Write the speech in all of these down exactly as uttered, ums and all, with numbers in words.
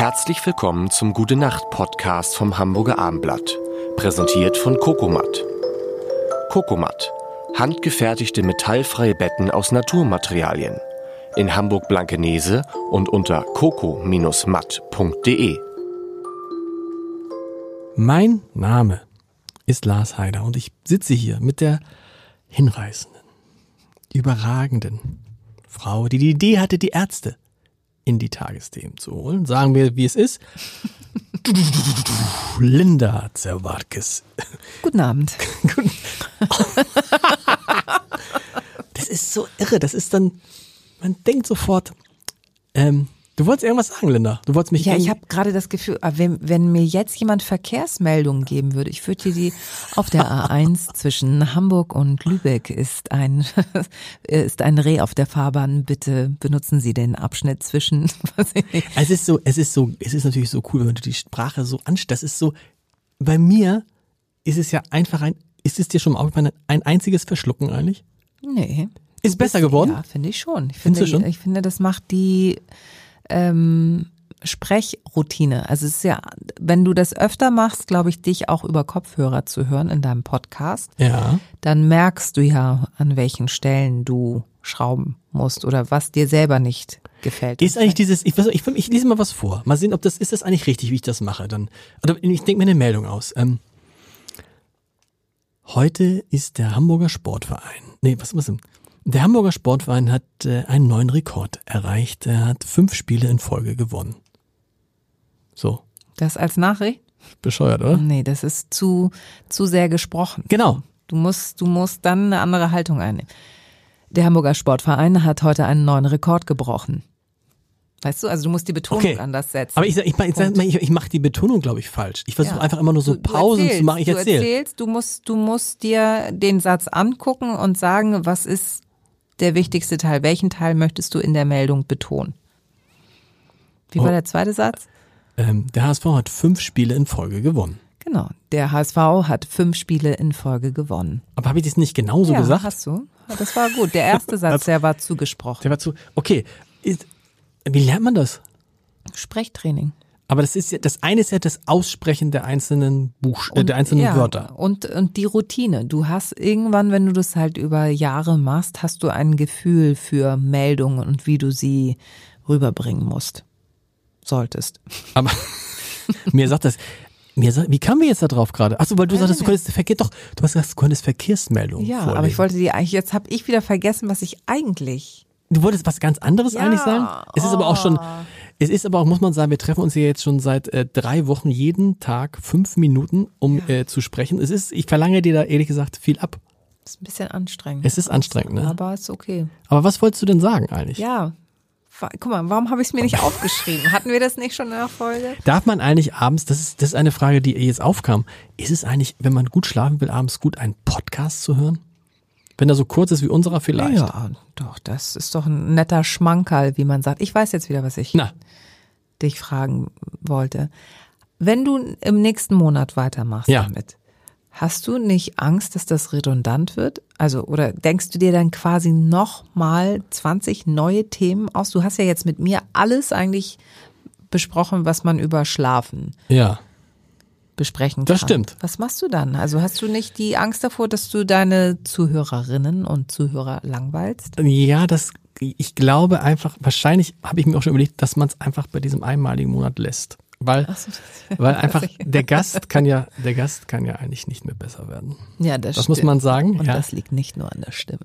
Herzlich willkommen zum Gute-Nacht-Podcast vom Hamburger Abendblatt. Präsentiert von Cocomat. Cocomat. Handgefertigte metallfreie Betten aus Naturmaterialien. In Hamburg-Blankenese und unter coco Bindestrich matt punkt de. Mein Name ist Lars Heider und ich sitze hier mit der hinreißenden, überragenden Frau, die die Idee hatte, die Ärzte in die Tagesthemen zu holen. Sagen wir, wie es ist. Linda Zerwakis. Guten Abend. Das ist so irre. Das ist dann, man denkt sofort, ähm, du wolltest irgendwas sagen, Linda. Du wolltest mich. Ja, ich habe gerade das Gefühl, wenn, wenn mir jetzt jemand Verkehrsmeldungen geben würde, ich würde dir die auf der A eins zwischen Hamburg und Lübeck ist ein ist ein Reh auf der Fahrbahn. Bitte benutzen Sie den Abschnitt zwischen. Es ist so, es ist so, es ist natürlich so cool, wenn du die Sprache so anstellst. Das ist so. Bei mir ist es ja einfach ein. Ist es dir schon mal aufgefallen, ein einziges Verschlucken eigentlich? Nee. Ist besser geworden? Ja, finde ich schon. Ich Findest finde, du schon? Ich finde, das macht die ähm, Sprechroutine. Also es ist ja, wenn du das öfter machst, glaube ich, dich auch über Kopfhörer zu hören in deinem Podcast, Ja. dann merkst du ja, an welchen Stellen du schrauben musst oder was dir selber nicht gefällt. Ist eigentlich dieses, ich, ich, ich lese mal was vor. Mal sehen, ob das, ist das eigentlich richtig, wie ich das mache. Dann, oder ich denke mir eine Meldung aus. Ähm, heute ist der Hamburger Sportverein, nee, was ist denn? Der Hamburger Sportverein hat äh, einen neuen Rekord erreicht. Er hat fünf Spiele in Folge gewonnen. So. Das als Nachricht? Bescheuert, oder? Nee, das ist zu, zu sehr gesprochen. Genau. Du musst, du musst dann eine andere Haltung einnehmen. Der Hamburger Sportverein hat heute einen neuen Rekord gebrochen. Weißt du, also du musst die Betonung Okay. anders setzen. Aber ich, ich, ich, ich, ich, ich mache die Betonung, glaube ich, falsch. Ich versuche Ja. einfach immer nur so Du- du Pausen erzählst, zu machen. Ich du erzähle. erzählst, du musst, du musst dir den Satz angucken und sagen, was ist der wichtigste Teil? Welchen Teil möchtest du in der Meldung betonen? Wie Oh. war der zweite Satz? Ähm, der H S V hat fünf Spiele in Folge gewonnen. Genau, der H S V hat fünf Spiele in Folge gewonnen. Aber habe ich das nicht genauso ja, gesagt? hast du. Das war gut. Der erste Satz, der war zugesprochen. Der war zu. Okay. Ist, wie lernt man das? Sprechtraining. Aber das ist ja, das eine ist ja das Aussprechen der einzelnen Buch, äh, der einzelnen ja, Wörter. Und, und die Routine. Du hast irgendwann, wenn du das halt über Jahre machst, hast du ein Gefühl für Meldungen und wie du sie rüberbringen musst. Solltest. Aber mir sagt das, mir sagt, wie kamen wir jetzt da drauf gerade? Achso, weil du sagtest, du könntest Verkehr, doch, du hast gesagt, du könntest Verkehrsmeldungen Ja, vorlesen. aber ich wollte dir eigentlich, jetzt habe ich wieder vergessen, was ich eigentlich. Du wolltest was ganz anderes Ja, eigentlich sagen? Es ist aber auch schon, es ist aber auch, muss man sagen, wir treffen uns hier jetzt schon seit äh, drei Wochen jeden Tag fünf Minuten, um Ja. äh, zu sprechen. Es ist, ich verlange dir da ehrlich gesagt viel ab. Das ist ein bisschen anstrengend. Es ist anstrengend, ne? Aber ist okay. Aber was wolltest du denn sagen eigentlich? Ja. Wa- Guck mal, warum habe ich es mir nicht aufgeschrieben? Hatten wir das nicht schon in der Folge? Darf man eigentlich abends, das ist, das ist eine Frage, die jetzt aufkam, ist es eigentlich, wenn man gut schlafen will, abends gut, einen Podcast zu hören? Wenn er so kurz ist wie unserer vielleicht. Ja, doch, das ist doch ein netter Schmankerl, wie man sagt. Ich weiß jetzt wieder, was ich Na, dich fragen wollte. Wenn du im nächsten Monat weitermachst Ja. damit, hast du nicht Angst, dass das redundant wird? Also, oder denkst du dir dann quasi nochmal zwanzig neue Themen aus? Du hast ja jetzt mit mir alles eigentlich besprochen, was man über Schlafen ja. besprechen kann. Das stimmt. Was machst du dann? Also hast du nicht die Angst davor, dass du deine Zuhörerinnen und Zuhörer langweilst? Ja, das, ich glaube einfach, wahrscheinlich habe ich mir auch schon überlegt, dass man es einfach bei diesem einmaligen Monat lässt. Weil, Ach so, weil einfach der Gast kann ja, der Gast kann ja eigentlich nicht mehr besser werden. Ja, das, Das stimmt. muss man sagen. Und Ja. das liegt nicht nur an der Stimme.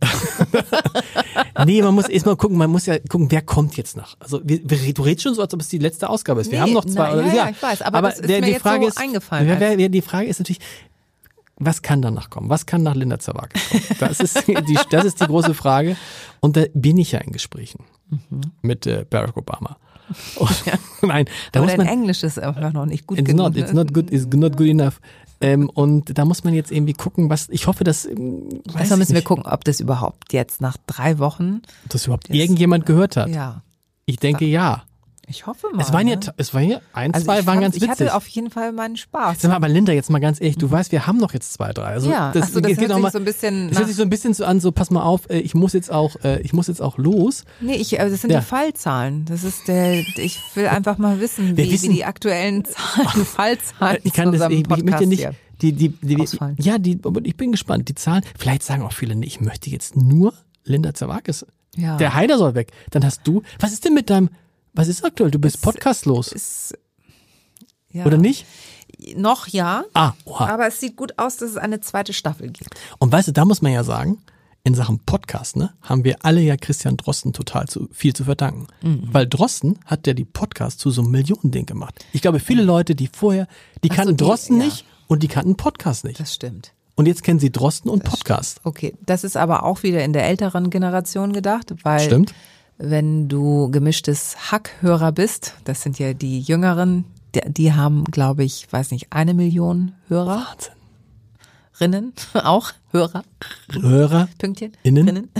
Nee, man muss erstmal gucken, man muss ja gucken, wer kommt jetzt nach. Also wir, wir, du redest schon so, als ob es die letzte Ausgabe ist. Wir Nee, haben noch zwei. na, oder, ja, ja, ich weiß, aber das ist der, mir die jetzt Frage so ist, eingefallen Wer, als- wer, die Frage ist natürlich, was kann danach kommen? Was kann nach Linda Zerwakis kommen? Das ist die, das ist die große Frage. Und da bin ich ja in Gesprächen Mhm. mit äh, Barack Obama. Und, nein, da Aber muss dein man. Englisch ist einfach noch nicht gut It's genug. not, it's not good, it's not good enough. Ähm, und da muss man jetzt irgendwie gucken, was, ich hoffe, dass, ähm, weiß Erstmal müssen ich wir nicht, gucken, ob das überhaupt jetzt nach drei Wochen, ob das überhaupt Jetzt- irgendjemand gehört hat. ja, Ich denke ja. Ich hoffe mal. Es waren ja, ne? es war hier ein, Also zwei ich waren fand, ganz ich witzig. hatte auf jeden Fall meinen Spaß. Sag mal, aber Linda, jetzt mal ganz ehrlich, du weißt, wir haben noch jetzt zwei, drei. Also ja, das, achso, das geht hört noch sich mal, so ein bisschen das nach, hört sich so ein bisschen so an, so pass mal auf, äh, ich muss jetzt auch, äh, ich muss jetzt auch los. nee, ich, also das sind Ja. die Fallzahlen. Das ist der, ich will einfach mal wissen, Wir wie, wissen- wie die aktuellen Zahlen, Fallzahlen Ich kann zu das, unserem ich, ich möchte Podcast nicht, hier. die, die, die, ausfallen. ja, die, aber ich bin gespannt, die Zahlen, vielleicht sagen auch viele, nee, ich möchte jetzt nur Linda Zerwakis. Ja. Der Haider soll weg. Dann hast du, was ist denn mit deinem, was ist aktuell? Du bist Es- podcastlos, Ist, ja. oder nicht? Noch ja, Ah, oha. aber es sieht gut aus, dass es eine zweite Staffel gibt. Und weißt du, da muss man ja sagen, in Sachen Podcast, ne, haben wir alle ja Christian Drosten total zu, viel zu verdanken. Mhm. Weil Drosten hat ja die Podcast zu so einem Millionending gemacht. Ich glaube, viele Leute, die vorher, die Ach so, kannten die- Drosten ja. nicht und die kannten Podcast nicht. Das stimmt. Und jetzt kennen sie Drosten und Podcast. Okay, das ist aber auch wieder in der älteren Generation gedacht, weil Stimmt? wenn du gemischtes Hack-Hörer bist, das sind ja die Jüngeren, die, die haben, glaube ich, weiß nicht, eine Million Wahnsinn. Hörerinnen, auch Hörer, Hörer, Pünktchen, Innen. Rinnen.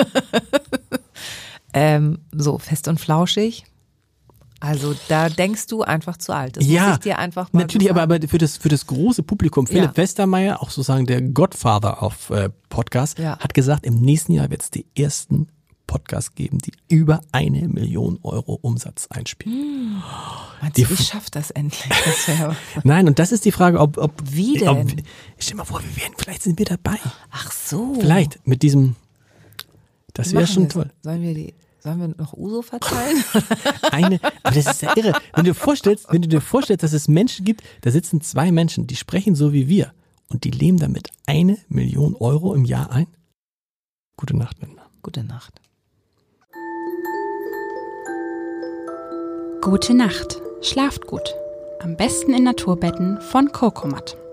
ähm, so fest und flauschig. Also da denkst du einfach zu alt. Das muss ja, ich dir einfach mal natürlich, so aber, sagen. aber für das, für das große Publikum, Philipp Ja. Westermeier, auch sozusagen der Godfather auf äh, Podcast, Ja. hat gesagt, im nächsten Jahr wird es die ersten Podcasts geben, die über eine Million Euro Umsatz einspielen. Meinst die du, ich F- schaff das endlich? Das wäre Nein, und das ist die Frage, ob, ob Wie denn? Ob, stell dir mal vor, wir werden, vielleicht sind wir dabei. Ach so. Vielleicht mit diesem, das wäre Machen schon wir's. toll. Sollen wir die, sollen wir noch Uso verteilen? Eine, aber das ist ja irre. Wenn du dir vorstellst, wenn du dir vorstellst, dass es Menschen gibt, da sitzen zwei Menschen, die sprechen so wie wir und die leben damit eine Million Euro im Jahr ein. Gute Nacht, Linda. Gute Nacht. Gute Nacht. Schlaft gut. Am besten in Naturbetten von Cocomat.